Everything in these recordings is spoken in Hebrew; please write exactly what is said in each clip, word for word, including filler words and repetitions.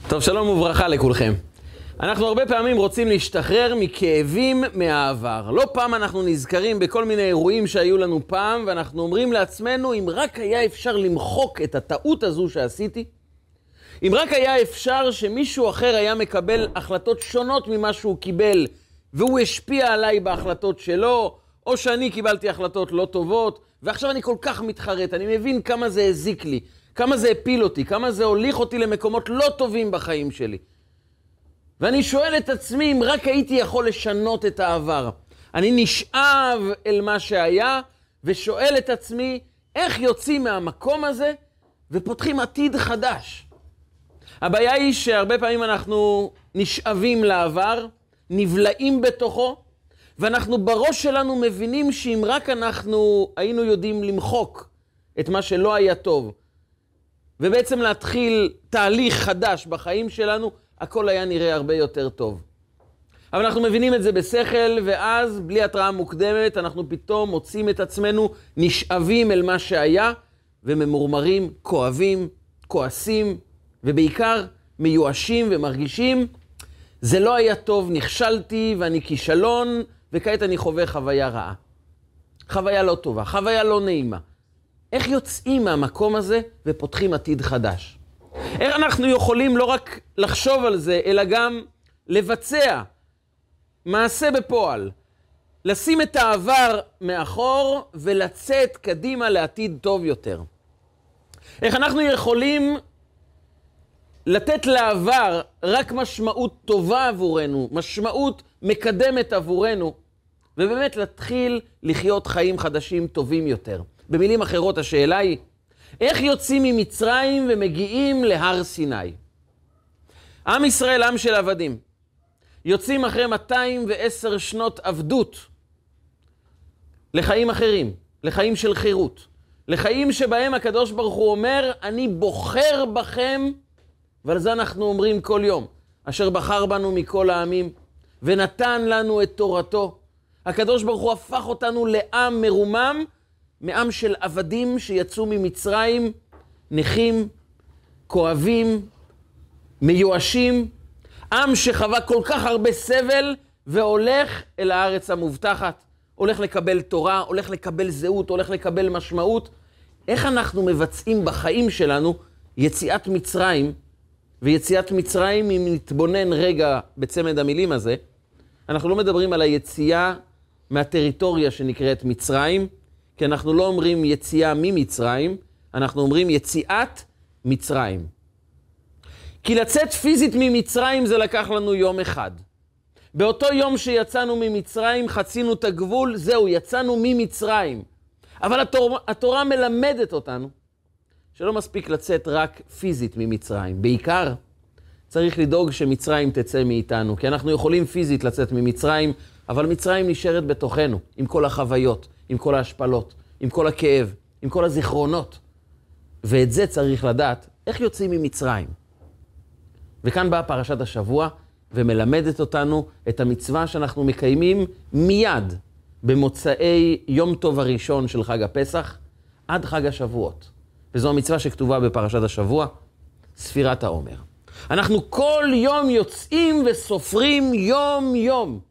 טוב, שלום וברכה לכולכם. אנחנו הרבה פעמים רוצים להשתחרר מכאבים מהעבר. לא פעם אנחנו נזכרים בכל מיני אירועים שהיו לנו פעם, ואנחנו אומרים לעצמנו, אם רק היה אפשר למחוק את הטעות הזו שעשיתי, אם רק היה אפשר שמישהו אחר היה מקבל החלטות שונות ממה שהוא קיבל, והוא השפיע עליי בהחלטות שלו, או שאני קיבלתי החלטות לא טובות, ועכשיו אני כל כך מתחרט, אני מבין כמה זה הזיק לי, כמה זה הפיל אותי, כמה זה הוליך אותי למקומות לא טובים בחיים שלי. ואני שואל את עצמי, אם רק הייתי יכול לשנות את העבר. אני נשאב אל מה שהיה, ושואל את עצמי, איך יוצאים מהמקום הזה, ופותחים עתיד חדש. הבעיה היא שהרבה פעמים אנחנו נשאבים לעבר, נבלעים בתוכו, ואנחנו בראש שלנו מבינים שאם רק אנחנו היינו יודעים למחוק את מה שלא היה טוב, ובעצם להתחיל תהליך חדש בחיים שלנו, הכל היה נראה הרבה יותר טוב. אבל אנחנו מבינים את זה בשכל, ואז בלי התראה מוקדמת, אנחנו פתאום מוצאים את עצמנו נשאבים אל מה שהיה, וממורמרים, כואבים, כועסים, ובעיקר מיואשים ומרגישים, זה לא היה טוב, נכשלתי ואני כישלון, וכעת אני חווה חוויה רעה. חוויה לא טובה, חוויה לא נעימה. איך יוצאים מהמקום הזה ופותחים עתיד חדש? איך אנחנו יכולים לא רק לחשוב על זה, אלא גם לבצע מעשה בפועל, לשים את העבר מאחור ולצאת קדימה לעתיד טוב יותר? איך אנחנו יכולים לתת לעבר רק משמעות טובה עבורנו, משמעות מקדמת עבורנו, ובאמת להתחיל לחיות חיים חדשים טובים יותר? במילים אחרות, השאלה היא, איך יוצאים ממצרים ומגיעים להר סיני? עם ישראל, עם של עבדים, יוצאים אחרי מאתיים ועשר שנות עבדות לחיים אחרים, לחיים של חירות, לחיים שבהם הקדוש ברוך הוא אומר, אני בוחר בכם, ועל זה אנחנו אומרים כל יום, אשר בחר בנו מכל העמים, ונתן לנו את תורתו. הקדוש ברוך הוא הפך אותנו לעם מרומם, מעם של עבדים שיצאו ממצרים, נכים, כואבים, מיואשים, עם שחווה כל כך הרבה סבל, והולך אל הארץ המובטחת, הולך לקבל תורה, הולך לקבל זהות, הולך לקבל משמעות. איך אנחנו מבצעים בחיים שלנו יציאת מצרים, ויציאת מצרים, אם נתבונן רגע בצמד המילים הזה, אנחנו לא מדברים על היציאה מהטריטוריה שנקראת מצרים, כי אנחנו לא אומרים יציאה ממצרים, אנחנו אומרים יציאת מצרים. כי לצאת פיזית ממצרים זה לקח לנו יום אחד. באותו יום שיצאנו ממצרים, חצינו את הגבול, זהו, יצאנו ממצרים. אבל התורה, התורה מלמדת אותנו שלא מספיק לצאת רק פיזית ממצרים. בעיקר צריך לדאוג שמצרים תצא מאיתנו, כי אנחנו יכולים פיזית לצאת ממצרים, אבל מצרים נשארת בתוכנו, עם כל החוויות, עם כל ההשפלות, עם כל הכאב, עם כל הזיכרונות. ואת זה צריך לדעת, איך יוצאים ממצרים. וכאן באה פרשת השבוע, ומלמדת אותנו את המצווה שאנחנו מקיימים מיד במוצאי יום טוב הראשון של חג הפסח, עד חג השבועות. וזו המצווה שכתובה בפרשת השבוע, ספירת העומר. אנחנו כל יום יוצאים וסופרים יום יום.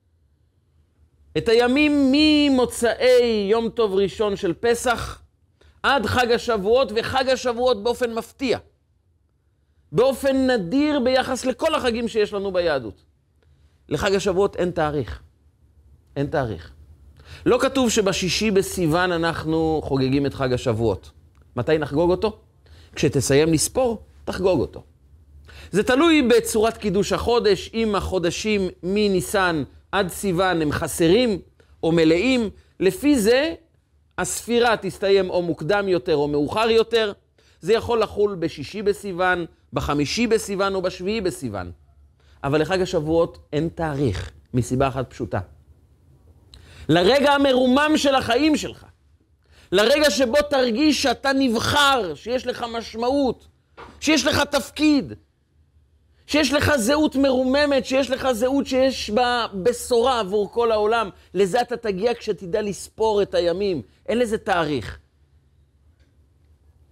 את הימים ממוצאי יום טוב ראשון של פסח עד חג השבועות, וחג השבועות באופן מפתיע, באופן נדיר ביחס לכל החגים שיש לנו ביהדות. לחג השבועות אין תאריך. אין תאריך. לא כתוב שבשישי בסיוון אנחנו חוגגים את חג השבועות. מתי נחגוג אותו? כשתסיים לספור, תחגוג אותו. זה תלוי בצורת קידוש החודש, אם החודשים מניסן עד סיוון הם חסרים או מלאים, לפי זה הספירה תסתיים או מוקדם יותר או מאוחר יותר. זה יכול לחול בשישי בסיוון, בחמישי בסיוון או בשביעי בסיוון. אבל לחג השבועות אין תאריך, מסיבה אחת פשוטה. לרגע המרומם של החיים שלך, לרגע שבו תרגיש שאתה נבחר, שיש לך משמעות, שיש לך תפקיד, שיש לך זהות מרוממת, שיש לך זהות שיש בה בשורה עבור כל העולם. לזה אתה תגיע כשתדע לספור את הימים. אין לזה תאריך.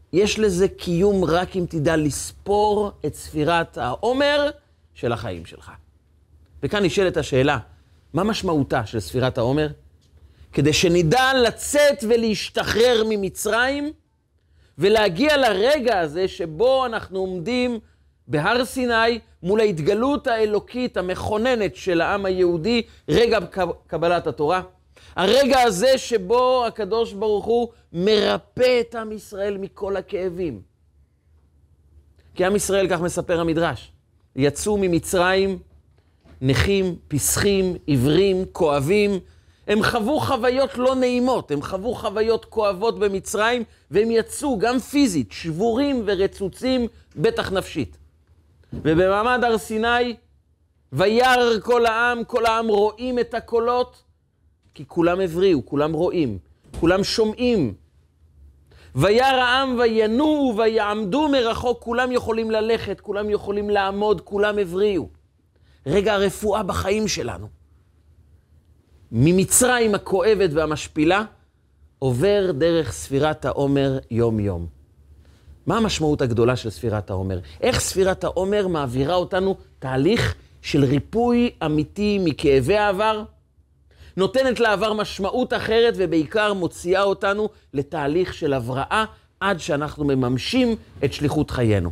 יש לזה קיום רק אם תדע לספור את ספירת העומר של החיים שלך. וכאן נשאלת השאלה, מה משמעותה של ספירת העומר? כדי שנדע לצאת ולהשתחרר ממצרים, ולהגיע לרגע הזה שבו אנחנו עומדים בהר סיני, מול ההתגלות האלוקית המכוננת של העם היהודי, רגע קבלת התורה. הרגע הזה שבו הקדוש ברוך הוא מרפא את עם ישראל מכל הכאבים. כי עם ישראל, כך מספר המדרש, יצאו ממצרים נכים, פסחים, עיוורים, כואבים. הם חוו חוויות לא נעימות, הם חוו חוויות כואבות במצרים, והם יצאו גם פיזית, שבורים ורצוצים, בטח נפשית. ובמעמד הר סיני, וירא כל העם, כל העם רואים את הקולות, כי כולם הבריאו, כולם רואים, כולם שומעים. וירא העם וינועו ויעמדו מרחוק, כולם יכולים ללכת, כולם יכולים לעמוד, כולם הבריאו. רגע הרפואה בחיים שלנו. ממצרים הכואבת והמשפילה, עובר דרך ספירת העומר יום יום. מה המשמעות הגדולה של ספירת העומר? איך ספירת העומר מעבירה אותנו תהליך של ריפוי אמיתי מכאבי העבר? נותנת לעבר משמעות אחרת ובעיקר מוציאה אותנו לתהליך של הבראה עד שאנחנו מממשים את שליחות חיינו.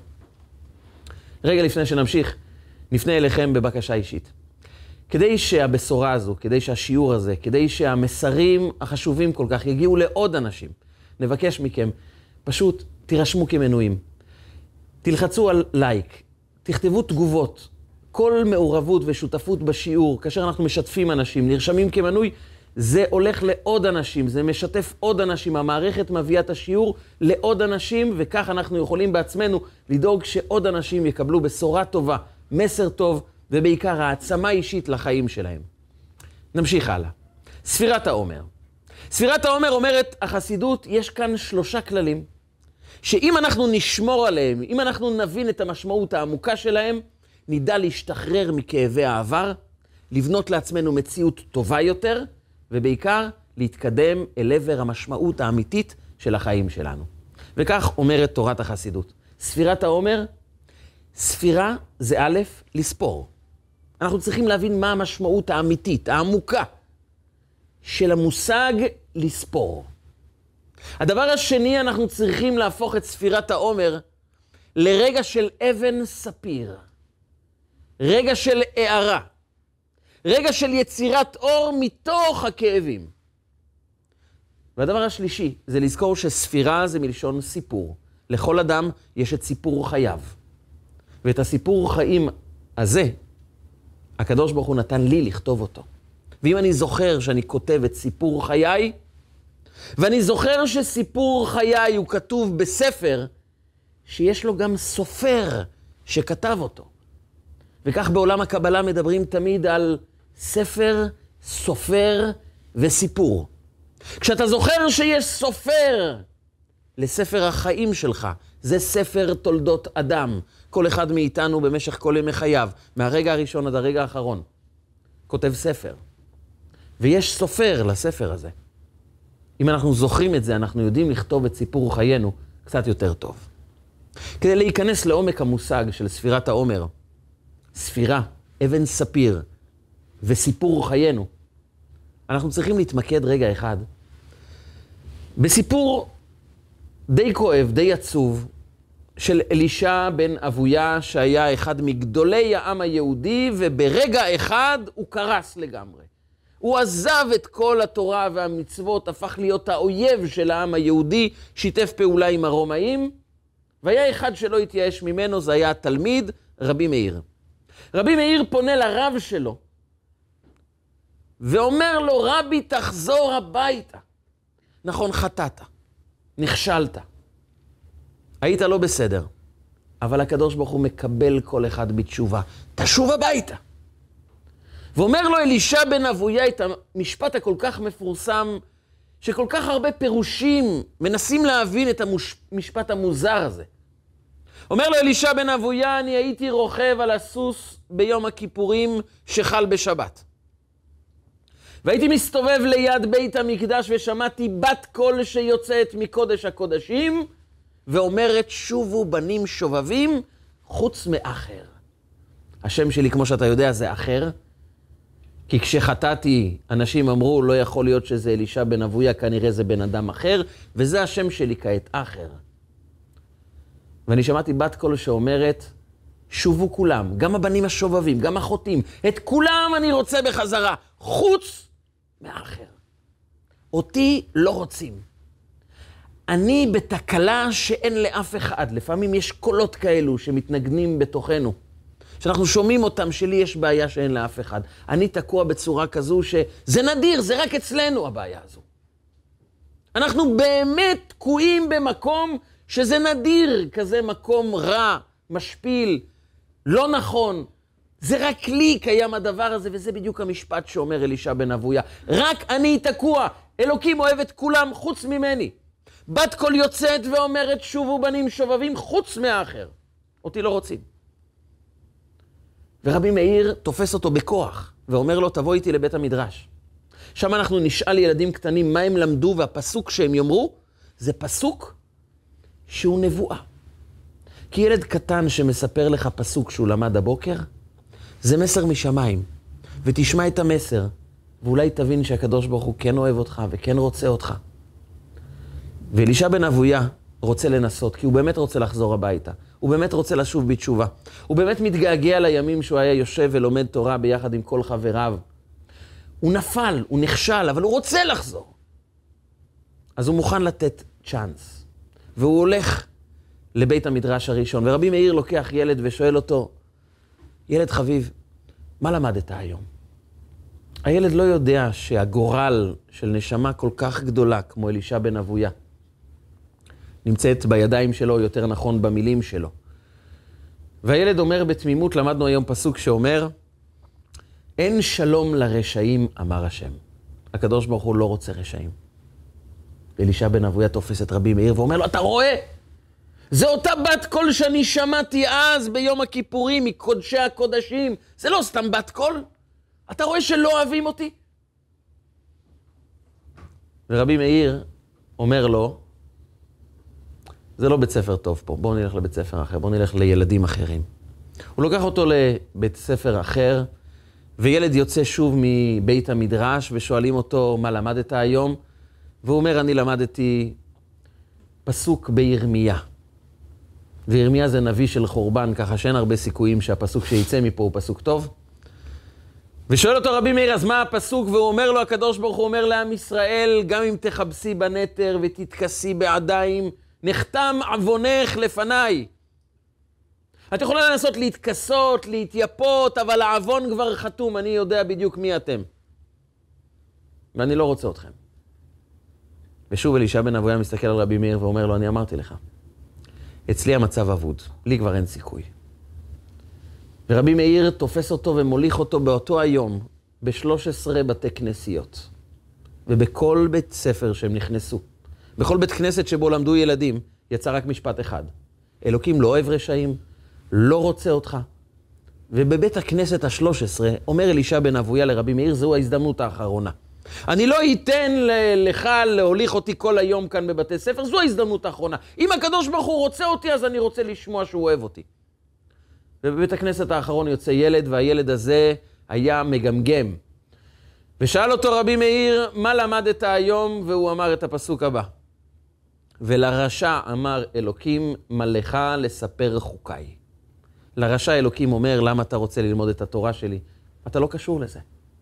רגע לפני שנמשיך, נפנה אליכם בבקשה אישית. כדי שהבשורה הזו, כדי שהשיעור הזה, כדי שהמסרים החשובים כל כך יגיעו לעוד אנשים, נבקש מכם, פשוט תירשמו כמנויים. תלחצו על לייק, תכתבו תגובות. כל מעורבות ושותפות בשיעור, כאשר אנחנו משתפים אנשים, נרשמים כמנוי, זה הולך לעוד אנשים, זה משתף עוד אנשים, המערכת מביאה את השיעור לעוד אנשים, וכך אנחנו יכולים בעצמנו לדאוג שעוד אנשים יקבלו בשורה טובה, מסר טוב, ובעיקר העצמה אישית לחיים שלהם. נמשיך הלאה. ספירת העומר. ספירת העומר אומרת, החסידות, יש כאן שלושה כללים, שאם אנחנו נשמור עליהם, אם אנחנו נבין את המשמעות העמוקה שלהם, נדע להשתחרר מכאבי העבר, לבנות לעצמנו מציאות טובה יותר, ובעיקר להתקדם אל עבר המשמעות האמיתית של החיים שלנו. וכך אומרת תורת החסידות. ספירת העומר, ספירה זה א', לספור. אנחנו צריכים להבין מה המשמעות האמיתית, העמוקה, של המושג לספור. הדבר השני, אנחנו צריכים להפוך את ספירת העומר לרגע של אבן ספיר. רגע של הערה, רגע של יצירת אור מתוך הכאבים. והדבר השלישי זה לזכור שספירה זה מלשון סיפור. לכל אדם יש את סיפור חייו. ואת הסיפור חיים הזה, הקדוש ברוך הוא נתן לי לכתוב אותו. ואם אני זוכר שאני כותב את סיפור חיי, ואני זוכר שסיפור חיי הוא כתוב בספר, שיש לו גם סופר שכתב אותו. וכך בעולם הקבלה מדברים תמיד על ספר, סופר וסיפור. כשאתה זוכר שיש סופר לספר החיים שלך, זה ספר תולדות אדם. כל אחד מאיתנו במשך כל ימי חייו, מהרגע הראשון עד הרגע האחרון, כותב ספר. ויש סופר לספר הזה. אם אנחנו זוכרים את זה, אנחנו יודעים לכתוב את סיפור חיינו קצת יותר טוב. כדי להיכנס לעומק המושג של ספירת העומר, ספירה, אבן ספיר וסיפור חיינו, אנחנו צריכים להתמקד רגע אחד בסיפור די כואב, די עצוב, של אלישע בן אבויה, שהיה אחד מגדולי העם היהודי, וברגע אחד הוא קרס לגמרי. הוא עזב את כל התורה והמצוות, הפך להיות האויב של העם היהודי, שיתף פעולה עם הרומאים, והיה אחד שלא התייאש ממנו, זה היה התלמיד, רבי מאיר. רבי מאיר פונה לרב שלו, ואומר לו, רבי תחזור הביתה. נכון, חטאת, נכשלת, היית לא בסדר, אבל הקדוש ברוך הוא מקבל כל אחד בתשובה. תשוב הביתה. ואומר לו אלישע בן אבויה את המשפט הכל כך מפורסם, שכל כך הרבה פירושים מנסים להבין את המשפט המוזר הזה. אומר לו אלישע בן אבויה, אני הייתי רוכב על הסוס ביום הכיפורים שחל בשבת. והייתי מסתובב ליד בית המקדש ושמעתי בת קול שיוצאת מקודש הקודשים, ואומרת, שובו בנים שובבים, חוץ מאחר. השם שלי, כמו שאתה יודע, זה אחר. כי כשחטאתי, אנשים אמרו, לא יכול להיות שזה אלישע בן אבויה, כנראה זה בן אדם אחר, וזה השם שלי כעת, אחר. ואני שמעתי בת קול שאומרת, שובו כולם, גם הבנים השובבים, גם החוטאים, את כולם אני רוצה בחזרה, חוץ מאחר. אותי לא רוצים. אני בתקלה שאין לאף אחד. לפעמים יש קולות כאלו שמתנגנים בתוכנו. שאנחנו שומעים אותם, שלי יש בעיה שאין לאף אחד. אני תקוע בצורה כזו שזה נדיר, זה רק אצלנו הבעיה הזו. אנחנו באמת תקועים במקום שזה נדיר, כזה מקום רע, משפיל, לא נכון. זה רק לי קיים הדבר הזה, וזה בדיוק המשפט שאומר אלישע בן אבויה. רק אני תקוע, אלוקים אוהב את כולם חוץ ממני. בת קול יוצאת ואומרת, שובו בנים שובבים חוץ מהאחר. אותי לא רוצים. ורבי מאיר תופס אותו בכוח, ואומר לו, תבוא איתי לבית המדרש. שם אנחנו נשאל ילדים קטנים מה הם למדו, והפסוק שהם יאמרו, זה פסוק שהוא נבואה. כי ילד קטן שמספר לך פסוק שהוא למד הבוקר, זה מסר משמיים. ותשמע את המסר, ואולי תבין שהקדוש ברוך הוא כן אוהב אותך וכן רוצה אותך. ואלישע בן אבויה רוצה לנסות, כי הוא באמת רוצה לחזור הביתה. הוא באמת רוצה לשוב בתשובה. הוא באמת מתגעגע לימים שהוא היה יושב ולומד תורה ביחד עם כל חבריו. הוא נפל, הוא נכשל, אבל הוא רוצה לחזור. אז הוא מוכן לתת צ'אנס. והוא הולך לבית המדרש הראשון. ורבי מאיר לוקח ילד ושואל אותו, ילד חביב, מה למדת היום? הילד לא יודע שהגורל של נשמה כל כך גדולה כמו אלישע בן אבויה נמצאת בידיים שלו, יותר נכון במילים שלו. והילד אומר בתמימות, למדנו היום פסוק שאומר, אין שלום לרשעים, אמר השם. הקדוש ברוך הוא לא רוצה רשעים. אלישע בן אבויה תופס את רבי מאיר ואומר לו, אתה רואה? זה אותה בת קול שאני שמעתי אז ביום הכיפורים מקודשי הקודשים. זה לא סתם בת קול? אתה רואה שלא אוהבים אותי? ורבי מאיר אומר לו, זה לא בית ספר טוב פה, בואו נלך לבית ספר אחר, בואו נלך לילדים אחרים. הוא לוקח אותו לבית ספר אחר, וילד יוצא שוב מבית המדרש, ושואלים אותו מה למדת היום, והוא אומר, אני למדתי פסוק בירמיה. וירמיה זה נביא של חורבן, ככה שאין הרבה סיכויים שהפסוק שיצא מפה הוא פסוק טוב. ושואל אותו רבי מאיר, אז מה הפסוק? והוא אומר לו, הקדוש ברוך הוא אומר לעם ישראל, גם אם תחבסי בנתר ותתכסי בעדיים, נחתם עוונך לפניי. את יכולה לנסות להתכסות, להתייפות, אבל העוון כבר חתום, אני יודע בדיוק מי אתם. ואני לא רוצה אתכם. ושוב אלישע בן אבויה מסתכל על רבי מאיר ואומר לו, אני אמרתי לך, אצלי המצב אבוד, לי כבר אין סיכוי. ורבי מאיר תופס אותו ומוליך אותו באותו היום, ב-שלוש עשרה בתי כנסיות. ובכל בית ספר שהם נכנסו. בכל בית כנסת שבו למדו ילדים, יצא רק משפט אחד. אלוקים לא אוהב רשעים, לא רוצה אותך. ובבית הכנסת ה-שלוש עשרה, אומר אלישע בן אבויה לרבי מאיר, זו ההזדמנות האחרונה. אני לא ייתן לך להוליך אותי כל היום כאן בבתי ספר, זו ההזדמנות האחרונה. אם הקדוש ברוך הוא רוצה אותי, אז אני רוצה לשמוע שהוא אוהב אותי. ובבית הכנסת האחרון יוצא ילד, והילד הזה היה מגמגם. ושאל אותו רבי מאיר, מה למדת היום? והוא אמר את הפסוק הבא. ולרשע אמר אלוקים, מלך לספר חוקיי. לרשע אלוקים אומר, למה אתה רוצה ללמוד את התורה שלי? אתה לא קשור לזה.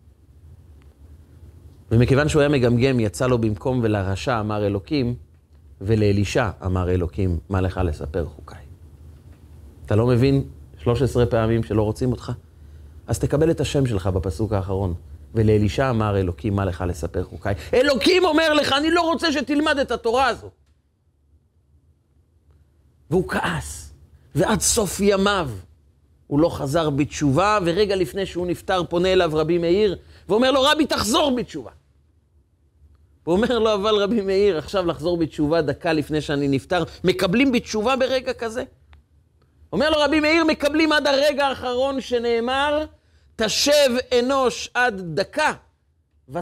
ומכיוון שהוא היה מגמגם, יצא לו במקום ולרשע אמר אלוקים, ולאלישע אמר אלוקים, מה לך לספר חוקיי. אתה לא מבין שלוש עשרה פעמים שלא רוצים אותך? אז תקבל את השם שלך בפסוק האחרון. ולאלישע אמר אלוקים, מה לך לספר חוקיי. אלוקים אומר לך, אני לא רוצה שתלמד את התורה הזו. והוא כעס, ועד סוף ימיו הוא לא חזר בתשובה, ורגע לפני שהוא נפטר פונה אליו רבי מאיר, ואומר לו, רבי תחזור בתשובה. הוא אומר לו, אבל רבי מאיר, עכשיו לחזור בתשובה דקה לפני שאני נפטר, מקבלים בתשובה ברגע כזה? אומר לו רבי מאיר, מקבלים עד הרגע האחרון שנאמר, תשב אנוש עד דקה,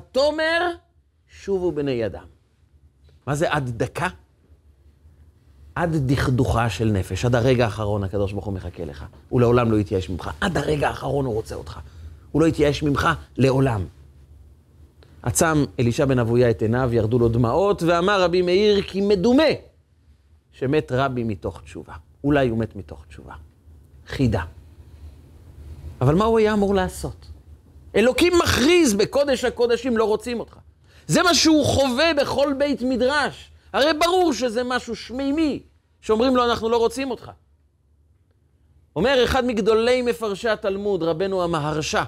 ותאמר שובו בני אדם. מה זה עד דקה? עד דכדוכה של נפש, עד הרגע האחרון הקדוש ברוך הוא מחכה לך. הוא לעולם לא יתייאש ממך. עד הרגע האחרון הוא רוצה אותך. הוא לא יתייאש ממך לעולם. עצם אלישע בן אבויה את עיניו, ירדו לו דמעות, ואמר רבי מאיר כי מדומה שמת רבי מתוך תשובה. אולי הוא מת מתוך תשובה. חידה. אבל מה הוא היה אמור לעשות? אלוקים מכריז בקודש הקודשים, לא רוצים אותך. זה מה שהוא חווה בכל בית מדרש. הרי ברור שזה משהו שמימי, שאומרים לו אנחנו לא רוצים אותך. אומר אחד מגדולי מפרשי התלמוד, רבנו המהרש"א,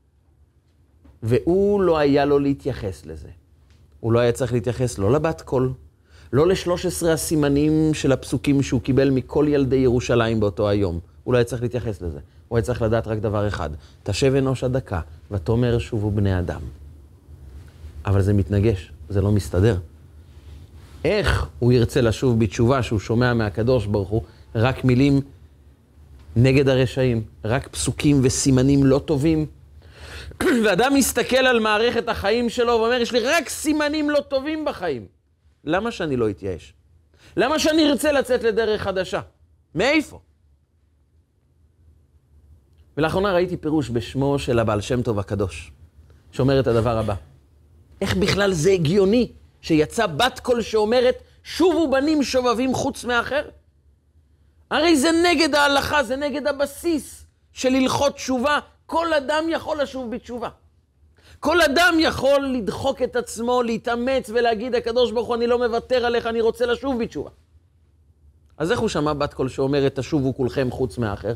והוא לא היה לו להתייחס לזה. הוא לא היה צריך להתייחס לא לבת קול, לא לשלוש עשרה הסימנים של הפסוקים שהוא קיבל מכל ילדי ירושלים באותו היום. הוא לא היה צריך להתייחס לזה. הוא היה צריך לדעת רק דבר אחד, תשב אנוש הדקה, ותאמר שובו בני אדם. אבל זה מתנגש, זה לא מסתדר. איך הוא ירצה לשוב בתשובה שהוא שומע מהקדוש ברוך הוא רק מילים נגד הרשעים, רק פסוקים וסימנים לא טובים? ואדם מסתכל על מערכת החיים שלו ואומר, יש לי רק סימנים לא טובים בחיים. למה שאני לא אתייאש? למה שאני ארצה לצאת לדרך חדשה? מאיפה? ולאחרונה ראיתי פירוש בשמו של הבעל שם טוב הקדוש, שאומר את הדבר הבא. איך בכלל זה הגיוני שיצא בת קול שאומרת, שובו בנים שובבים חוץ מאחר? הרי זה נגד ההלכה, זה נגד הבסיס של הלכות תשובה. כל אדם יכול לשוב בתשובה. כל אדם יכול לדחוק את עצמו, להתאמץ ולהגיד, הקדוש ברוך הוא, אני לא מוותר עליך, אני רוצה לשוב בתשובה. אז איך הוא שמע בת קול שאומרת, תשובו כולכם חוץ מאחר?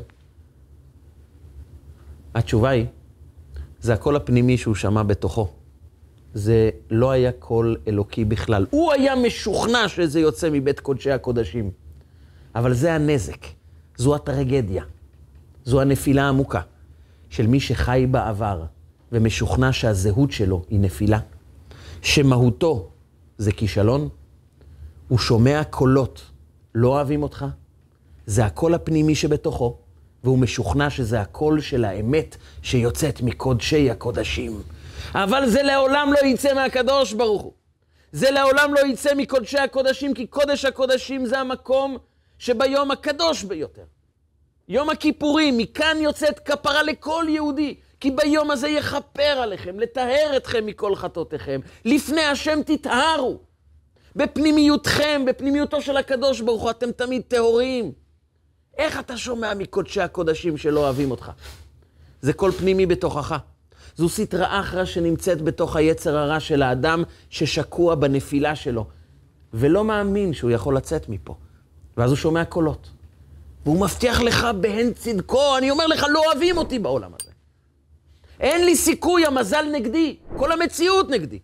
התשובה היא, זה הקול הפנימי שהוא שמע בתוכו. זה לא היה קול אלוקי בכלל. הוא היה משוכנע שזה יוצא מבית קודשי הקודשים. אבל זה הנזק, זו הטרגדיה, זו הנפילה העמוקה של מי שחי בעבר ומשוכנע שהזהות שלו היא נפילה, שמהותו זה כישלון, הוא שומע קולות, לא אוהבים אותך, זה הקול הפנימי שבתוכו, והוא משוכנע שזה הקול של האמת שיוצאת מקודשי הקודשים. אבל זה לעולם לא יצא מהקדוש ברוך הוא. זה לעולם לא יצא מקודשי הקודשים, כי קודש הקודשים זה המקום שביום הקדוש ביותר. יום הכיפורים, מכאן יוצאת כפרה לכל יהודי, כי ביום הזה יכפר עליכם, לטהר אתכם מכל חטאותיכם. לפני השם תטהרו. בפנימיותכם, בפנימיותו של הקדוש ברוך הוא, אתם תמיד טהורים. איך אתה שומע מקודשי הקודשים שלא אוהבים אותך? זה כל פנימי בתוכך. זו סטרא אחרא שנמצאת בתוך היצר הרע של האדם ששקוע בנפילה שלו, ולא מאמין שהוא יכול לצאת מפה. ואז הוא שומע קולות. והוא מבטיח לך בהן צדקו, אני אומר לך, לא אוהבים אותי בעולם הזה. אין לי סיכוי, המזל נגדי, כל המציאות נגדי.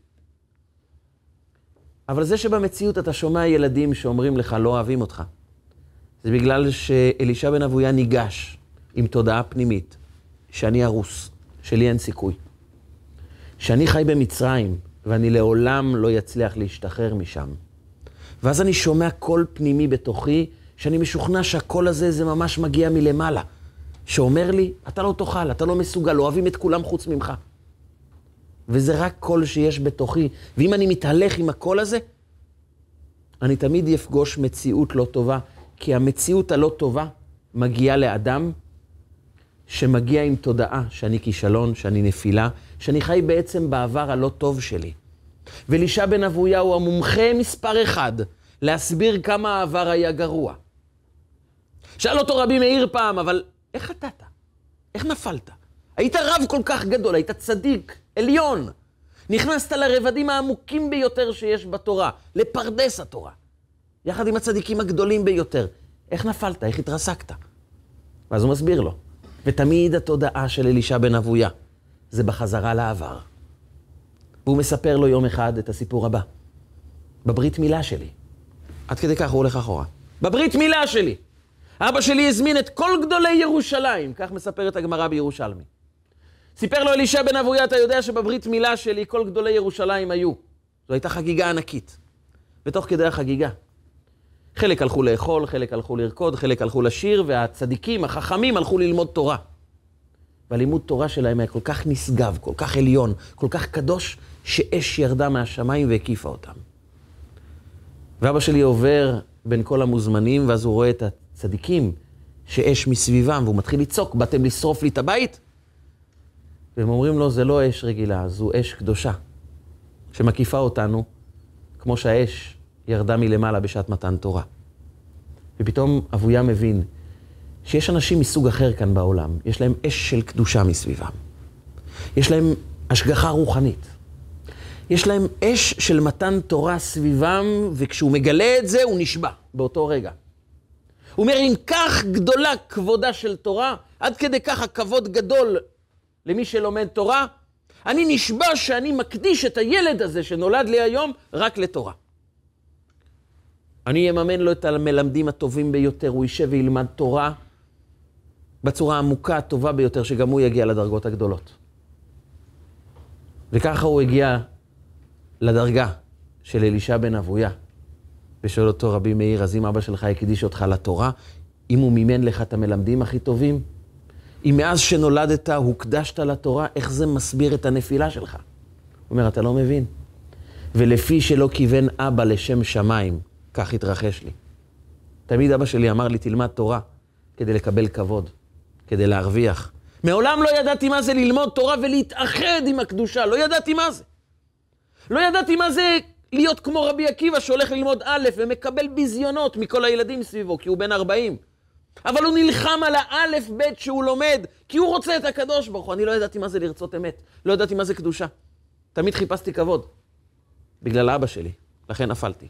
אבל זה שבמציאות אתה שומע ילדים שאומרים לך, לא אוהבים אותך, זה בגלל שאלישע בן אבויה ניגש עם תודעה פנימית, שאני הרוס, שלי אין סיכוי. שאני חי במצרים, ואני לעולם לא יצליח להשתחרר משם. ואז אני שומע קול פנימי בתוכי, שאני משוכנע שהקול הזה זה ממש מגיע מלמעלה, שאומר לי, אתה לא תאכל, אתה לא מסוגל, לא אוהבים את כולם חוץ ממך. וזה רק קול שיש בתוכי, ואם אני מתהלך עם הקול הזה, אני תמיד יפגוש מציאות לא טובה, כי המציאות הלא טובה מגיעה לאדם שמגיע עם תודעה שאני כישלון, שאני נפילה, שאני חי בעצם בעבר הלא טוב שלי. ואלישע בן אבויה הוא המומחה מספר אחד להסביר כמה העבר היה גרוע. שאל אותו רבי מאיר פעם, אבל איך חטאת? איך נפלת? היית רב כל כך גדול, היית צדיק, עליון. נכנסת לרבדים העמוקים ביותר שיש בתורה, לפרדס התורה. יחד עם הצדיקים הגדולים ביותר. איך נפלת? איך התרסקת? ואז הוא מסביר לו. ותמיד התודעה של אלישע בן אבויה זה בחזרה לעבר. והוא מספר לו יום אחד את הסיפור הבא. בברית מילה שלי. עד כדי כך הוא הולך אחורה. בברית מילה שלי. אבא שלי הזמין את כל גדולי ירושלים. כך מספרת הגמרא בירושלמי. סיפר לו אלישע בן אבויה, אתה יודע שבברית מילה שלי כל גדולי ירושלים היו. זו הייתה חגיגה ענקית. ותוך כדי החגיגה. חלק הלכו לאכול, חלק הלכו לרקוד, חלק הלכו לשיר, והצדיקים, החכמים, הלכו ללמוד תורה. והלימוד תורה שלהם היה כל כך נשגב, כל כך עליון, כל כך קדוש, שאש ירדה מהשמיים והקיפה אותם. ואבא שלי עובר בין כל המוזמנים, ואז הוא רואה את הצדיקים שאש מסביבם, והוא מתחיל לצעוק, באתם לשרוף לי את הבית? והם אומרים לו, זה לא אש רגילה, זו אש קדושה, שמקיפה אותנו, כמו שהאש ירדה מלמעלה בשעת מתן תורה. ופתאום אבויה מבין שיש אנשים מסוג אחר כאן בעולם, יש להם אש של קדושה מסביבם. יש להם השגחה רוחנית. יש להם אש של מתן תורה סביבם, וכשהוא מגלה את זה, הוא נשבע באותו רגע. הוא אומר, אם כך גדולה כבודה של תורה, עד כדי כך הכבוד גדול למי שלומד תורה, אני נשבע שאני מקדיש את הילד הזה שנולד לי היום רק לתורה. אני אממן לו את המלמדים הטובים ביותר, הוא יישב וילמד תורה בצורה העמוקה הטובה ביותר, שגם הוא יגיע לדרגות הגדולות. וככה הוא הגיע לדרגה של אלישע בן אבויה. ושואל אותו רבי מאיר, אז אם אבא שלך הקדיש אותך לתורה, אם הוא מימן לך את המלמדים הכי טובים, אם מאז שנולדת הוקדשת לתורה, איך זה מסביר את הנפילה שלך? הוא אומר, אתה לא מבין. ולפי שלא כיוון אבא לשם שמיים, כך התרחש לי. תמיד אבא שלי אמר לי, תלמד תורה כדי לקבל כבוד, כדי להרוויח. מעולם לא ידעתי מה זה ללמוד תורה ולהתאחד עם הקדושה, לא ידעתי מה זה. לא ידעתי מה זה להיות כמו רבי עקיבא שהולך ללמוד א' ומקבל ביזיונות מכל הילדים סביבו, כי הוא בן ארבעים. אבל הוא נלחם על האלף בית שהוא לומד, כי הוא רוצה את הקדוש ברוך הוא. אני לא ידעתי מה זה לרצות אמת, לא ידעתי מה זה קדושה. תמיד חיפשתי כבוד, בגלל אבא שלי, לכן נפלתי.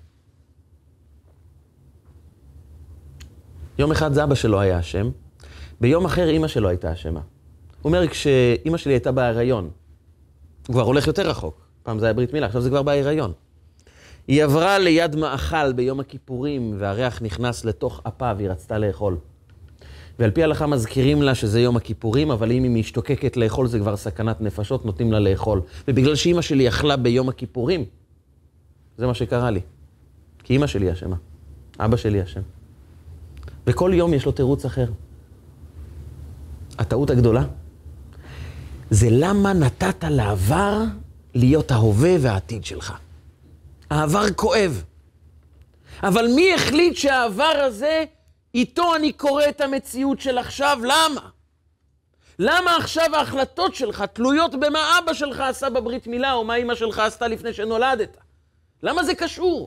יום אחד זה אבא שלו היה אשם, ביום אחר אמא שלו הייתה אשמה. הוא אומר, כשאמא שלי הייתה בהיריון, הוא כבר הולך יותר רחוק, פעם זה היה ברית מילה, עכשיו זה כבר בהיריון. היא עברה ליד מאכל ביום הכיפורים, והריח נכנס לתוך אפה והיא רצתה לאכול. ועל פי ההלכה מזכירים לה שזה יום הכיפורים, אבל אם היא משתוקקת לאכול זה כבר סכנת נפשות, נותנים לה לאכול. ובגלל שאמא שלי אכלה ביום הכיפורים, זה מה שקרה לי. כי אמא שלי אשמה, אבא שלי אשם. וכל יום יש לו תירוץ אחר. הטעות הגדולה זה למה נתת לעבר להיות ההווה והעתיד שלך. העבר כואב. אבל מי החליט שהעבר הזה, איתו אני קורא את המציאות של עכשיו? למה? למה עכשיו ההחלטות שלך תלויות במה אבא שלך עשה בברית מילה, או מה אמא שלך עשתה לפני שנולדת? למה זה קשור?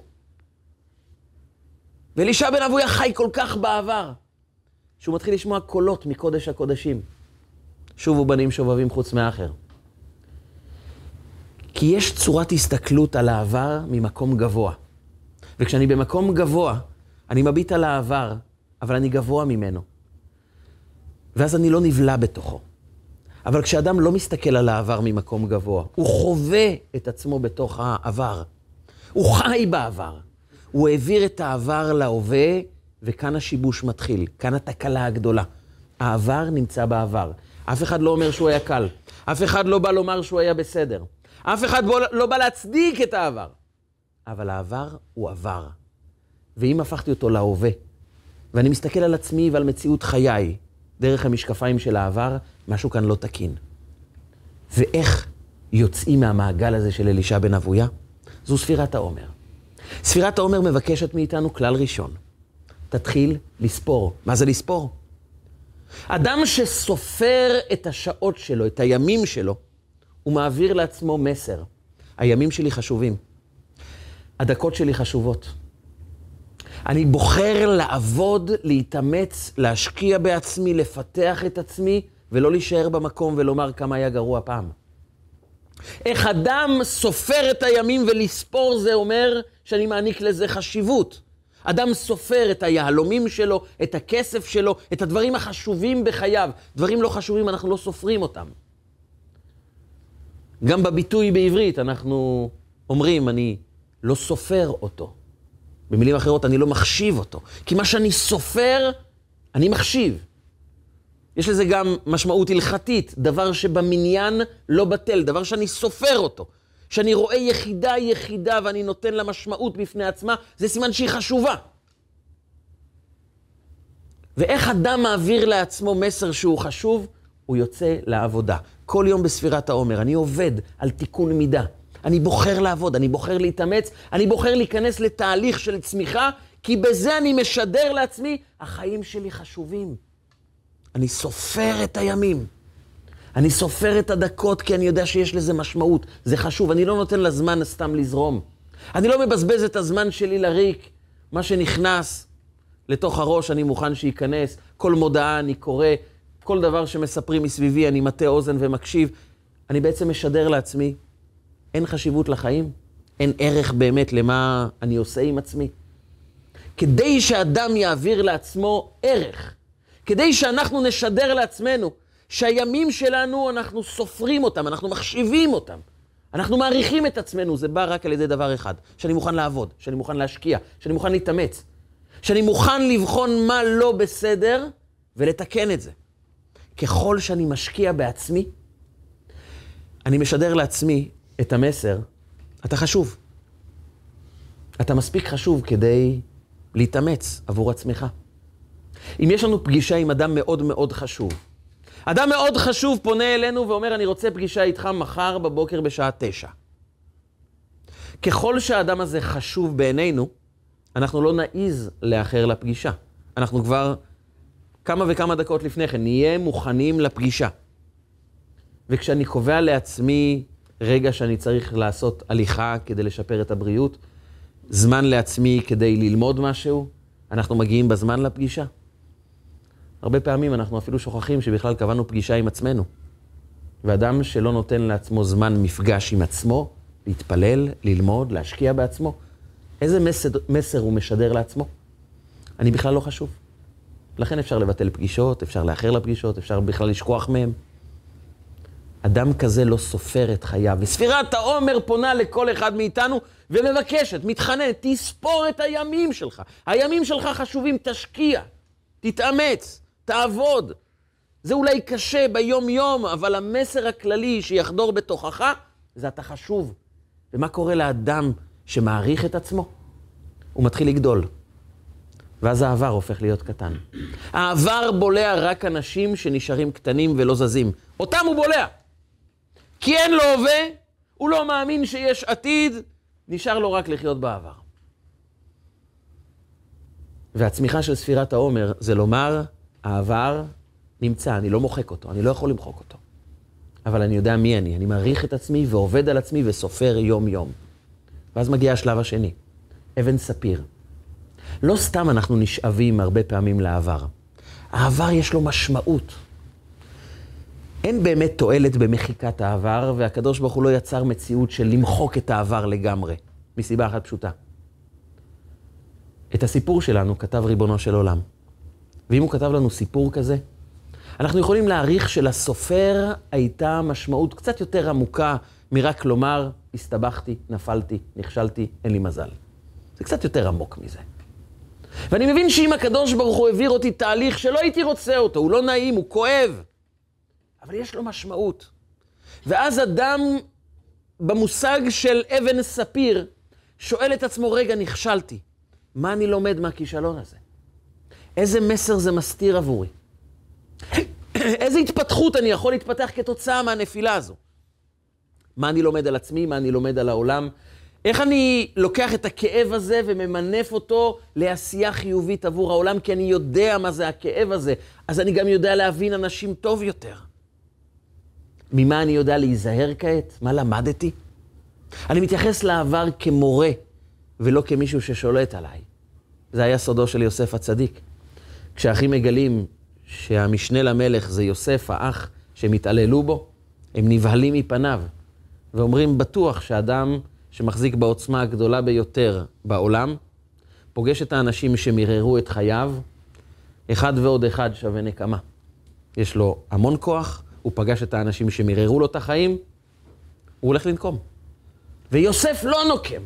ואלישע בן אבויה חי כל כך בעבר, שהוא מתחיל לשמוע קולות מקודש הקודשים. שובו בנים שובבים חוץ מאחר. כי יש צורת הסתכלות על העבר ממקום גבוה. וכשאני במקום גבוה, אני מביט על העבר, אבל אני גבוה ממנו. ואז אני לא נבלע בתוכו. אבל כשאדם לא מסתכל על העבר ממקום גבוה, הוא חווה את עצמו בתוך העבר. הוא חי בעבר. הוא העביר את העבר להווה, וכאן השיבוש מתחיל. כאן התקלה הגדולה. העבר נמצא בעבר. אף אחד לא אומר שהוא היה קל. אף אחד לא בא לומר שהוא היה בסדר. אף אחד לא בא להצדיק את העבר. אבל העבר הוא עבר. ואם הפכתי אותו להווה, ואני מסתכל על עצמי ועל מציאות חיי, דרך המשקפיים של העבר, משהו כאן לא תקין. ואיך יוצאים מהמעגל הזה של אלישע בן אבויה? זו ספירת העומר. ספירת העומר מבקשת מאיתנו כלל ראשון. תתחיל לספור. מה זה לספור? אדם שסופר את השעות שלו, את הימים שלו, הוא מעביר לעצמו מסר. הימים שלי חשובים. הדקות שלי חשובות. אני בוחר לעבוד, להתאמץ, להשקיע בעצמי, לפתח את עצמי, ולא להישאר במקום ולומר כמה היה גרוע פעם. איך אדם סופר את הימים ולספור זה אומר שאני מעניק לזה חשיבות. אדם סופר את היהלומים שלו, את הכסף שלו, את הדברים החשובים בחייו. דברים לא חשובים, אנחנו לא סופרים אותם. גם בביטוי בעברית אנחנו אומרים, אני לא סופר אותו. במילים אחרות, אני לא מחשיב אותו. כי מה שאני סופר, אני מחשיב. יש לזה גם משמעות הלכתית, דבר שבמניין לא בטל, דבר שאני סופר אותו. שאני רואה יחידה יחידה ואני נותן לה משמעות בפני עצמה, זה סימן שהיא חשובה. ואיך אדם מעביר לעצמו מסר שהוא חשוב? הוא יוצא לעבודה. כל יום בספירת העומר, אני עובד על תיקון מידה. אני בוחר לעבוד, אני בוחר להתאמץ, אני בוחר להיכנס לתהליך של צמיחה, כי בזה אני משדר לעצמי, החיים שלי חשובים. אני סופר את הימים. אני סופר את הדקות כי אני יודע שיש לזה משמעות. זה חשוב, אני לא נותן לזמן סתם לזרום. אני לא מבזבז את הזמן שלי לריק. מה שנכנס לתוך הראש אני מוכן שייכנס. כל מודעה אני קורא, כל דבר שמספרים מסביבי אני מטה אוזן ומקשיב. אני בעצם משדר לעצמי, אין חשיבות לחיים, אין ערך באמת למה אני עושה עם עצמי. כדי שאדם יעביר לעצמו ערך, כדי שאנחנו נשדר לעצמנו, שהימים שלנו אנחנו סופרים אותם, אנחנו מחשיבים אותם, אנחנו מעריכים את עצמנו, זה בא רק על ידי דבר אחד, שאני מוכן לעבוד, שאני מוכן להשקיע, שאני מוכן להתאמץ, שאני מוכן לבחון מה לא בסדר ולתקן את זה. ככל שאני משקיע בעצמי, אני משדר לעצמי את המסר, אתה חשוב. אתה מספיק חשוב כדי להתאמץ עבור עצמך. אם יש לנו פגישה עם אדם מאוד מאוד חשוב, אדם מאוד חשוב פונה אלינו ואומר, אני רוצה פגישה איתך מחר בבוקר בשעה תשע. ככל שהאדם הזה חשוב בעינינו, אנחנו לא נעיז לאחר לפגישה. אנחנו כבר כמה וכמה דקות לפני כן נהיה מוכנים לפגישה. וכשאני קובע לעצמי רגע שאני צריך לעשות הליכה כדי לשפר את הבריאות, זמן לעצמי כדי ללמוד משהו, אנחנו מגיעים בזמן לפגישה. הרבה פעמים אנחנו אפילו שוכחים שבכלל קבענו פגישה עם עצמנו. ואדם שלא נותן לעצמו זמן מפגש עם עצמו, להתפלל, ללמוד, להשקיע בעצמו, איזה מסר, מסר הוא משדר לעצמו? אני בכלל לא חשוב. לכן אפשר לבטל פגישות, אפשר לאחר לפגישות, אפשר בכלל לשכוח מהם. אדם כזה לא סופר את חייו. וספירת העומר פונה לכל אחד מאיתנו ומבקשת, מתחננת, תספור את הימים שלך. הימים שלך חשובים, תשקיע, תתאמץ, תעבוד. זה אולי קשה ביום יום, אבל המסר הכללי שיחדור בתוכך, זה אתה חשוב. ומה קורה לאדם שמעריך את עצמו? הוא מתחיל לגדול. ואז העבר הופך להיות קטן. העבר בולע רק אנשים שנשארים קטנים ולא זזים. אותם הוא בולע. כי אין לו הווה, הוא לא מאמין שיש עתיד, נשאר לו רק לחיות בעבר. והצמיחה של ספירת העומר זה לומר, העבר נמצא, אני לא מוחק אותו, אני לא יכול למחוק אותו. אבל אני יודע מי אני, אני מעריך את עצמי ועובד על עצמי וסופר יום יום. ואז מגיע השלב השני, אבן ספיר. לא סתם אנחנו נשאבים הרבה פעמים לעבר. העבר יש לו משמעות. אין באמת תועלת במחיקת העבר, והקדוש ברוך הוא לא יצר מציאות של למחוק את העבר לגמרי, מסיבה אחת פשוטה. את הסיפור שלנו כתב ריבונו של עולם. ואם הוא כתב לנו סיפור כזה, אנחנו יכולים להעריך שלסופר הייתה משמעות קצת יותר עמוקה מרק לומר, הסתבכתי, נפלתי, נכשלתי, אין לי מזל. זה קצת יותר עמוק מזה. ואני מבין שאם הקדוש ברוך הוא העביר אותי תהליך שלא הייתי רוצה אותו, הוא לא נעים, הוא כואב, אבל יש לו משמעות. ואז אדם במושג של אבן ספיר שואל את עצמו, רגע, נכשלתי. מה אני לומד מהכישלון הזה? איזה מסר זה מסתיר עבורי? איזה התפתחות אני יכול להתפתח כתוצאה מהנפילה הזו? מה אני לומד על עצמי? מה אני לומד על העולם? איך אני לוקח את הכאב הזה וממנף אותו לעשייה חיובית עבור העולם? כי אני יודע מה זה הכאב הזה, אז אני גם יודע להבין אנשים טוב יותר. ממה אני יודע להיזהר כעת? מה למדתי? אני מתייחס לעבר כמורה, ולא כמישהו ששולט עליי. זה היה סודו של יוסף הצדיק. כשהאחים מגלים שהמשנה למלך זה יוסף, האח שהם התעללו בו, הם נבהלים מפניו, ואומרים בטוח שאדם שמחזיק בעוצמה הגדולה ביותר בעולם, פוגש את האנשים שמררו את חייו, אחד ועוד אחד שווה נקמה. יש לו המון כוח, הוא פגש את האנשים שמררו לו את החיים, הוא הולך לנקום. ויוסף לא נוקם.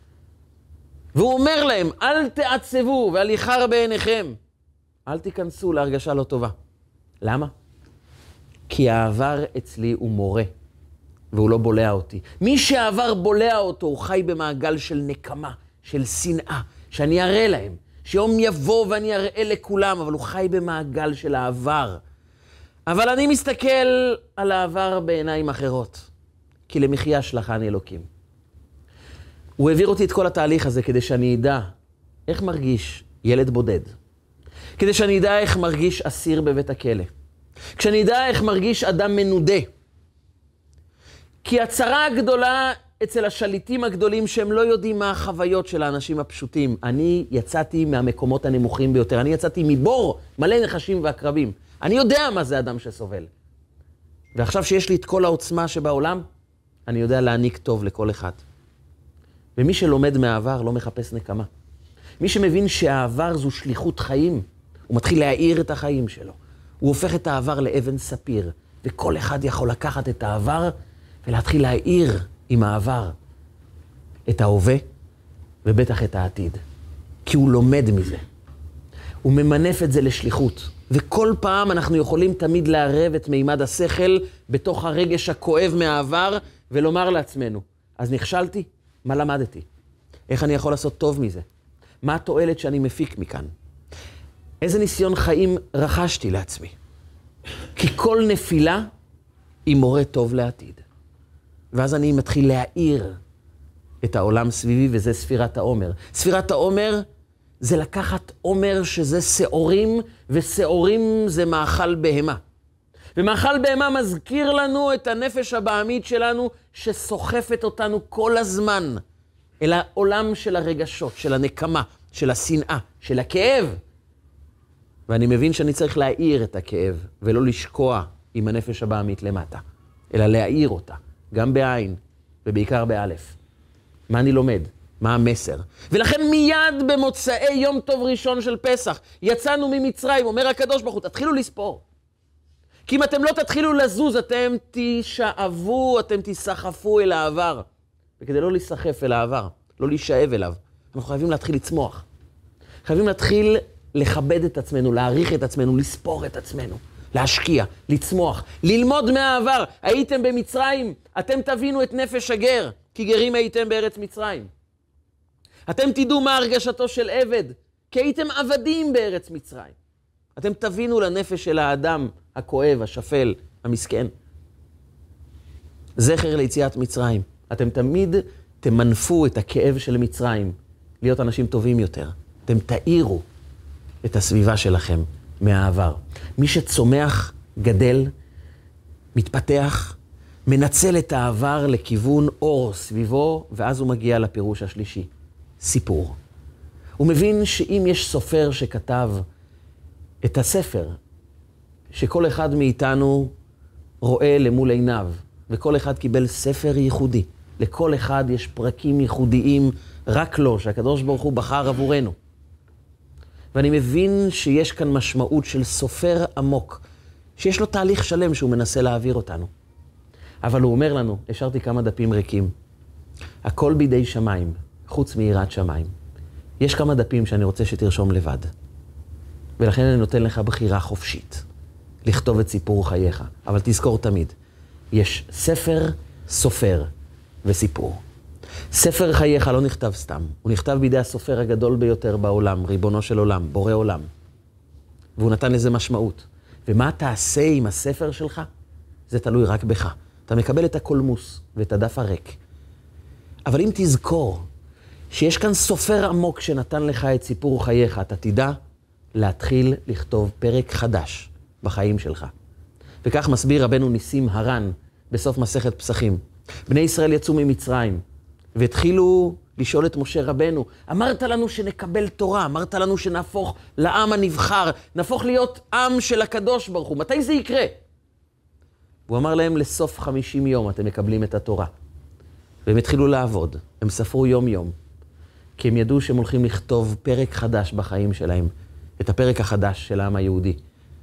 והוא אומר להם, אל תעצבו ואל יחר בעיניכם. אל תיכנסו להרגשה לא טובה. למה? כי העבר אצלי הוא מורה, והוא לא בולע אותי. מי שהעבר בולע אותו, הוא חי במעגל של נקמה, של שנאה, שאני אראה להם, שיום יבוא ואני אראה לכולם, אבל הוא חי במעגל של העבר. אבל אני מסתכל על העבר בעיניים אחרות, כי למחיה שלחני אלוקים. הוא העביר אותי את כל התהליך הזה כדי שאני אדע איך מרגיש ילד בודד. כדי שאני אדע איך מרגיש אסיר בבית הכלא. כשאני אדע איך מרגיש אדם מנודה. כי הצרה הגדולה אצל השליטים הגדולים שהם לא יודעים מה החוויות של האנשים הפשוטים. אני יצאתי מהמקומות הנמוכים ביותר. אני יצאתי מבור מלא נחשים ועקרבים. אני יודע מה זה אדם שסובל. ועכשיו שיש לי את כל העוצמה שבעולם, אני יודע להעניק טוב לכל אחד. ומי שלומד מהעבר לא מחפש נקמה. מי שמבין שהעבר זו שליחות חיים, הוא מתחיל להאיר את החיים שלו. הוא הופך את העבר לאבן ספיר, וכל אחד יכול לקחת את העבר ולהתחיל להאיר עם העבר את ההווה ובטח את העתיד. כי הוא לומד מזה. הוא ממנף את זה לשליחות. וכל פעם אנחנו יכולים תמיד לערב את מימד השכל בתוך הרגש הכואב מהעבר ולומר לעצמנו, אז נכשלתי? מה למדתי? איך אני יכול לעשות טוב מזה? מה התועלת שאני מפיק מכאן? איזה ניסיון חיים רכשתי לעצמי? כי כל נפילה היא מורה טוב לעתיד. ואז אני מתחיל להאיר את העולם סביבי, וזה ספירת העומר. ספירת העומר זה לקחת עומר שזה שעורים, ושעורים זה מאכל בהמה. ומאכל בהמה מזכיר לנו את הנפש הבעמית שלנו, שסוחפת אותנו כל הזמן אל העולם של הרגשות, של הנקמה, של השנאה, של הכאב. ואני מבין שאני צריך להאיר את הכאב, ולא לשקוע עם הנפש הבעמית למטה, אלא להאיר אותה, גם בעין, ובעיקר באלף. מה אני לומד? מה המסר? ולכן מיד במוצאי יום טוב ראשון של פסח, יצאנו ממצרים, אומר הקדוש ברוך הוא, תתחילו לספור. כי אם אתם לא תתחילו לזוז, אתם תשאבו, אתם תסחפו אל העבר. וכדי לא להיסחף אל העבר, לא להישאב אליו, אנחנו חייבים להתחיל לצמוח. חייבים להתחיל לכבד את עצמנו, להעריך את עצמנו, לספור את עצמנו, להשקיע, לצמוח, ללמוד מהעבר. הייתם במצרים, אתם תבינו את נפש הגר, כי גרים הייתם בארץ מצרים. אתם תדעו מה הרגשתו של עבד, כי הייתם עבדים בארץ מצרים. אתם תבינו לנפש של האדם הכואב, השפל, המסכן. זכר ליציאת מצרים. אתם תמיד תמנפו את הכאב של מצרים, להיות אנשים טובים יותר. אתם תאירו את הסביבה שלכם מהעבר. מי שצומח, גדל, מתפתח, מנצל את העבר לכיוון אור סביבו, ואז הוא מגיע לפירוש השלישי. סיפור. הוא מבין שאם יש סופר שכתב את הספר, שכל אחד מאיתנו רואה למול עיניו, וכל אחד קיבל ספר ייחודי. לכל אחד יש פרקים ייחודיים, רק לו, שהקדוש ברוך הוא בחר עבורנו. ואני מבין שיש כאן משמעות של סופר עמוק, שיש לו תהליך שלם שהוא מנסה להעביר אותנו. אבל הוא אומר לנו, השארתי כמה דפים ריקים. הכל בידי שמיים, חוץ מיראת שמיים. יש כמה דפים שאני רוצה שתרשום לבד. ולכן אני נותן לך בחירה חופשית, לכתוב את סיפור חייך. אבל תזכור תמיד, יש ספר, סופר וסיפור. ספר חייך לא נכתב סתם, הוא נכתב בידי הסופר הגדול ביותר בעולם, ריבונו של עולם, בורא עולם. והוא נתן לזה משמעות. ומה תעשה עם הספר שלך? זה תלוי רק בך. אתה מקבל את הקולמוס ואת הדף הריק. אבל אם תזכור שיש כאן סופר עמוק שנתן לך את סיפור חייך, אתה תדע להתחיל לכתוב פרק חדש בחיים שלך. וכך מסביר רבנו ניסים הרן בסוף מסכת פסחים. בני ישראל יצאו ממצרים והתחילו לשאול את משה רבנו, אמרת לנו שנקבל תורה, אמרת לנו שנהפוך לעם הנבחר, נהפוך להיות עם של הקדוש ברוך הוא, מתי זה יקרה? הוא אמר להם, לסוף חמישים יום אתם מקבלים את התורה. והם התחילו לעבוד, הם ספרו יום יום, כי הם ידעו שהם הולכים לכתוב פרק חדש בחיים שלהם, את הפרק החדש של העם היהודי,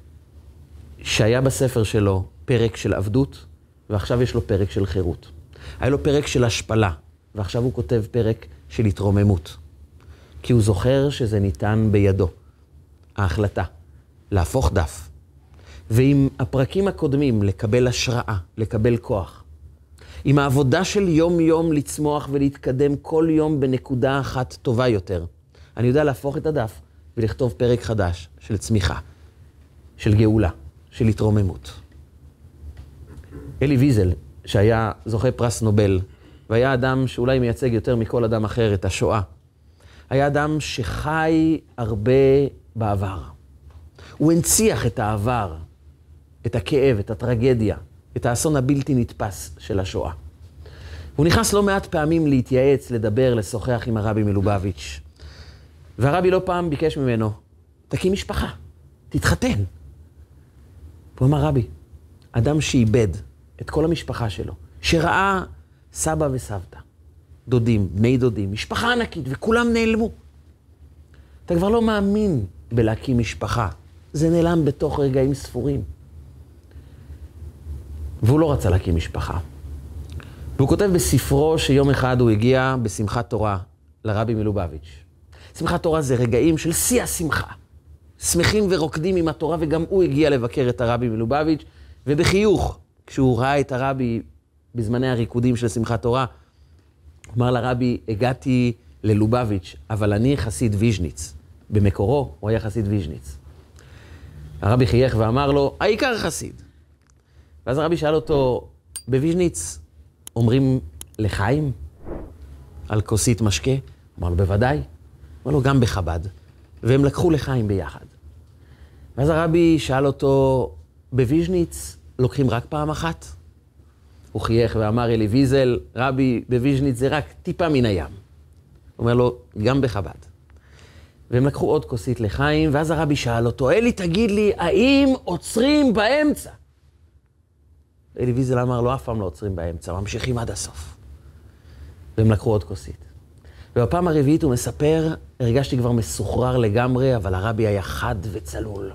שהיה בספר שלו פרק של עבדות, ועכשיו יש לו פרק של חירות. היה לו פרק של השפלה, ועכשיו הוא כותב פרק של התרוממות. כי הוא זוכר שזה ניתן בידו, ההחלטה, להפוך דף. ועם הפרקים הקודמים לקבל השראה, לקבל כוח. עם העבודה של יום יום לצמוח ולהתקדם כל יום בנקודה אחת טובה יותר. אני יודע להפוך את הדף ולכתוב פרק חדש של צמיחה, של גאולה, של התרוממות. אלי ויזל, שהיה זוכה פרס נובל, והיה אדם שאולי מייצג יותר מכל אדם אחר את השואה, היה אדם שחי הרבה בעבר. הוא הנציח את העבר, את הכאב, את הטרגדיה, את האסון הבלתי נתפס של השואה. הוא נכנס לא מעט פעמים להתייעץ, לדבר, לשוחח עם הרבי מלובביץ'. והרבי לא פעם ביקש ממנו, תקים משפחה, תתחתן. הוא אמר, רבי, אדם שאיבד את כל המשפחה שלו, שראה סבא וסבתא, דודים, בני דודים, משפחה ענקית, וכולם נעלמו. אתה כבר לא מאמין בלהקים משפחה. זה נעלם בתוך רגעים ספורים. והוא לא רצה להקים משפחה. והוא כותב בספרו שיום אחד הוא הגיע בשמחת תורה לרבי מלובביץ'. שמחת תורה זה רגעים של שיא השמחה. שמחים ורוקדים עם התורה, וגם הוא הגיע לבקר את הרבי מלובביץ', ובחיוך, כשהוא ראה את הרבי בזמני הריקודים של שמחת תורה, הוא אמר לרבי, הגעתי ללובביץ', אבל אני חסיד ויז'ניץ. במקורו הוא היה חסיד ויז'ניץ. הרבי חייך ואמר לו, העיקר חסיד. ואז הרבי שאל אותו, בוויז'ניץ אומרים לחיים על כוסית משקה? אמר לו, בוודאי. אמר לו, גם בחב"ד. והם לקחו לחיים ביחד. ואז הרבי שאל אותו, בוויז'ניץ לוקחים רק פעם אחת? הוא חייך ואמר, אלי ויזל, רבי, בוויז'ניץ זה רק טיפה מן הים. הוא אומר לו, גם בחב"ד. והם לקחו עוד כוסית לחיים, ואז הרבי שאל אותו, אלי, תגיד לי, האם עוצרים באמצע? אלי ויזל אמר לו, אף פעם לא עוצרים באמצע, ממשיכים עד הסוף. והם לקחו עוד כוסית. ובפעם הרביעית הוא מספר, הרגשתי כבר מסוחרר לגמרי, אבל הרבי היה חד וצלול.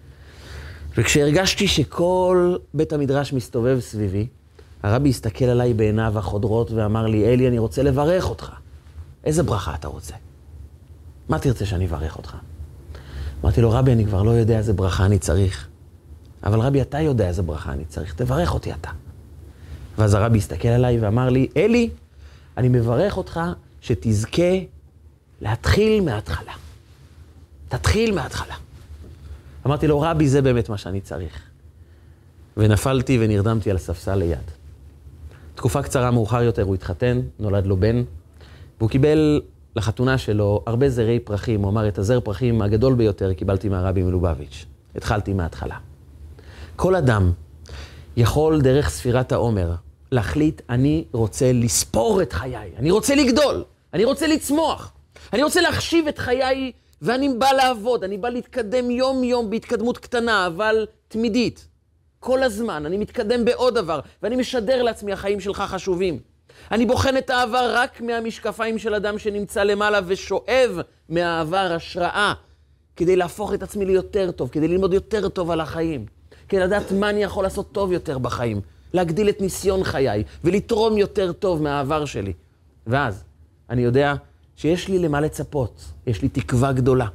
וכשהרגשתי שכל בית המדרש מסתובב סביבי, הרבי הסתכל עליי בעיניו החודרות ואמר לי, אלי, אני רוצה לברך אותך. איזה ברכה אתה רוצה? מה תרצה שאני אברך אותך? אמרתי לו, רבי, אני כבר לא יודע איזה ברכה אני צריך. אבל רבי, אתה יודע איזה ברכה אני צריך, תברך אותי אתה. ואז הרבי הסתכל עליי ואמר לי, אלי, אני מברך אותך שתזכה להתחיל מההתחלה. תתחיל מההתחלה. אמרתי לו, רבי, זה באמת מה שאני צריך. ונפלתי ונרדמתי על הספסל ליד. תקופה קצרה מאוחר יותר הוא התחתן, נולד לו בן, והוא קיבל לחתונה שלו הרבה זרי פרחים. הוא אמר, את הזר פרחים הגדול ביותר קיבלתי מהרבי מלובביץ'. התחלתי מההתחלה. כל אדם יכול דרך ספירת העומר להחליט, אני רוצה לספור את חיי, אני רוצה לגדול, אני רוצה לצמוח, אני רוצה להחשיב את חיי, ואני בא לעבוד, אני בא להתקדם יום יום בהתקדמות קטנה, אבל תמידית. כל הזמן, אני מתקדם בעוד דבר, ואני משדר לעצמי, החיים שלך חשובים. אני בוחן את העבר רק מהמשקפיים של אדם שנמצא למעלה ושואב מהעבר השראה, כדי להפוך את עצמי ליותר טוב, כדי ללמוד יותר טוב על החיים, כדי לדעת מה אני יכול לעשות טוב יותר בחיים, להגדיל את ניסיון חיי ולתרום יותר טוב מהעבר שלי. ואז אני יודע שיש לי למה לצפות, יש לי תקווה גדולה.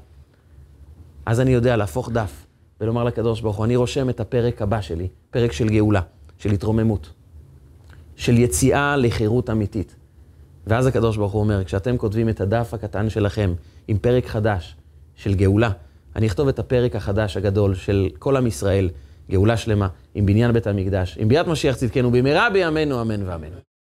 אז אני יודע להפוך דף ולומר לקדוש ברוך הוא, אני רושם את הפרק הבא שלי, פרק של גאולה, של התרוממות, של יציאה לחירות אמיתית. ואז הקדוש ברוך הוא אומר, כשאתם כותבים את הדף הקטן שלכם עם פרק חדש של גאולה, אני אכתוב את הפרק החדש הגדול של כל עם ישראל, גאולה שלמה, עם בניין בית המקדש, עם ביאת משיח צדקנו, במהרה בימינו, אמן ואמן.